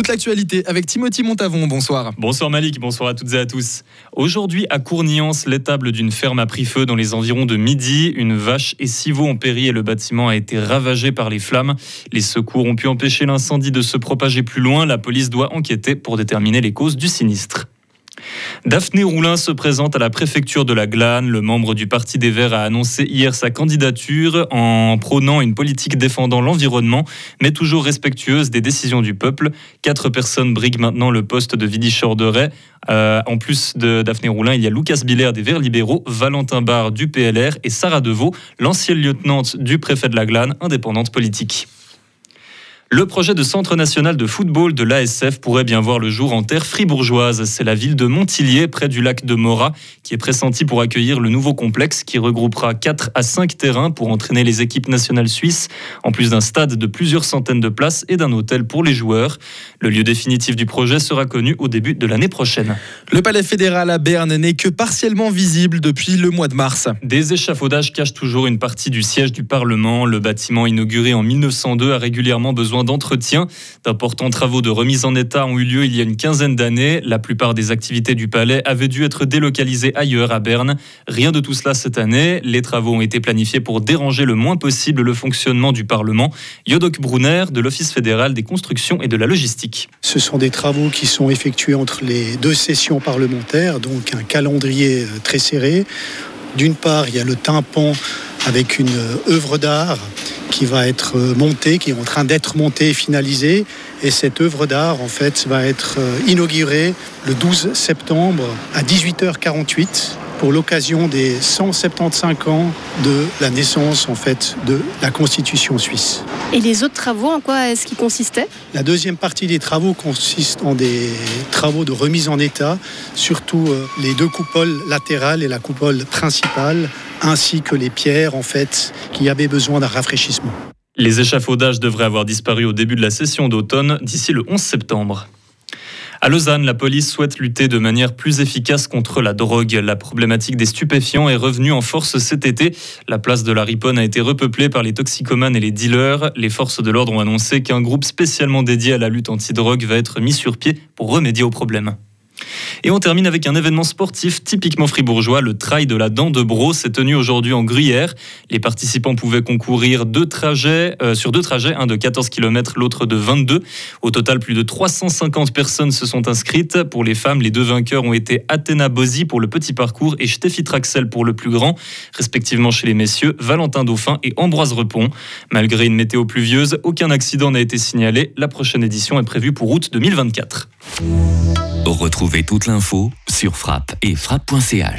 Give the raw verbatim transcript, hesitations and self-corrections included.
toute l'actualité avec Timothy Montavon. Bonsoir. Bonsoir Malik, bonsoir à toutes et à tous. Aujourd'hui à Courniance, l'étable d'une ferme a pris feu dans les environs de midi. Une vache et six veaux ont péri et le bâtiment a été ravagé par les flammes. Les secours ont pu empêcher l'incendie de se propager plus loin. La police doit enquêter pour déterminer les causes du sinistre. Daphné Roulin se présente à la préfecture de la Glane. Le membre du Parti des Verts a annoncé hier sa candidature en prônant une politique défendant l'environnement, mais toujours respectueuse des décisions du peuple. Quatre personnes briguent maintenant le poste de Vidy-Chorderet. Euh, en plus de Daphné Roulin, il y a Lucas Biller des Verts libéraux, Valentin Barre du P L R et Sarah Deveau, l'ancienne lieutenante du préfet de la Glane, indépendante politique. Le projet de centre national de football de l'A S F pourrait bien voir le jour en terre fribourgeoise. C'est la ville de Montillier, près du lac de Morat, qui est pressentie pour accueillir le nouveau complexe qui regroupera quatre à cinq terrains pour entraîner les équipes nationales suisses, en plus d'un stade de plusieurs centaines de places et d'un hôtel pour les joueurs. Le lieu définitif du projet sera connu au début de l'année prochaine. Le palais fédéral à Berne n'est que partiellement visible depuis le mois de mars. Des échafaudages cachent toujours une partie du siège du Parlement. Le bâtiment inauguré en mille neuf cent deux a régulièrement besoin d'entretien. D'importants travaux de remise en état ont eu lieu il y a une quinzaine d'années. La plupart des activités du palais avaient dû être délocalisées ailleurs à Berne. Rien de tout cela cette année. Les travaux ont été planifiés pour déranger le moins possible le fonctionnement du Parlement. Yodok Brunner de l'Office fédéral des constructions et de la logistique. Ce sont des travaux qui sont effectués entre les deux sessions parlementaires, donc un calendrier très serré. D'une part, il y a le tympan avec une œuvre d'art qui va être montée, qui est en train d'être montée et finalisée. Et cette œuvre d'art, en fait, va être inaugurée le douze septembre à dix-huit heures quarante-huit pour l'occasion des cent soixante-quinze ans de la naissance, en fait, de la Constitution suisse. Et les autres travaux, en quoi est-ce qu'ils consistaient ? La deuxième partie des travaux consiste en des travaux de remise en état, surtout les deux coupoles latérales et la coupole principale, ainsi que les pierres, en fait, qui avaient besoin d'un rafraîchissement. Les échafaudages devraient avoir disparu au début de la session d'automne, d'ici le onze septembre. À Lausanne, la police souhaite lutter de manière plus efficace contre la drogue. La problématique des stupéfiants est revenue en force cet été. La place de la Riponne a été repeuplée par les toxicomanes et les dealers. Les forces de l'ordre ont annoncé qu'un groupe spécialement dédié à la lutte anti-drogue va être mis sur pied pour remédier au problème. Et on termine avec un événement sportif typiquement fribourgeois. Le trail de la Dent de Bro s'est tenu aujourd'hui en Gruyère. Les participants pouvaient concourir deux trajets, euh, sur deux trajets, un de quatorze kilomètres, l'autre de vingt-deux. Au total, plus de trois cent cinquante personnes se sont inscrites. Pour les femmes, les deux vainqueurs ont été Athéna Bozy pour le petit parcours et Steffi Traxel pour le plus grand, respectivement chez les messieurs Valentin Dauphin et Ambroise Repon. Malgré une météo pluvieuse, aucun accident n'a été signalé. La prochaine édition est prévue pour août deux mille vingt-quatre. Retrouvez toute l'info sur Frappe et frappe point c h.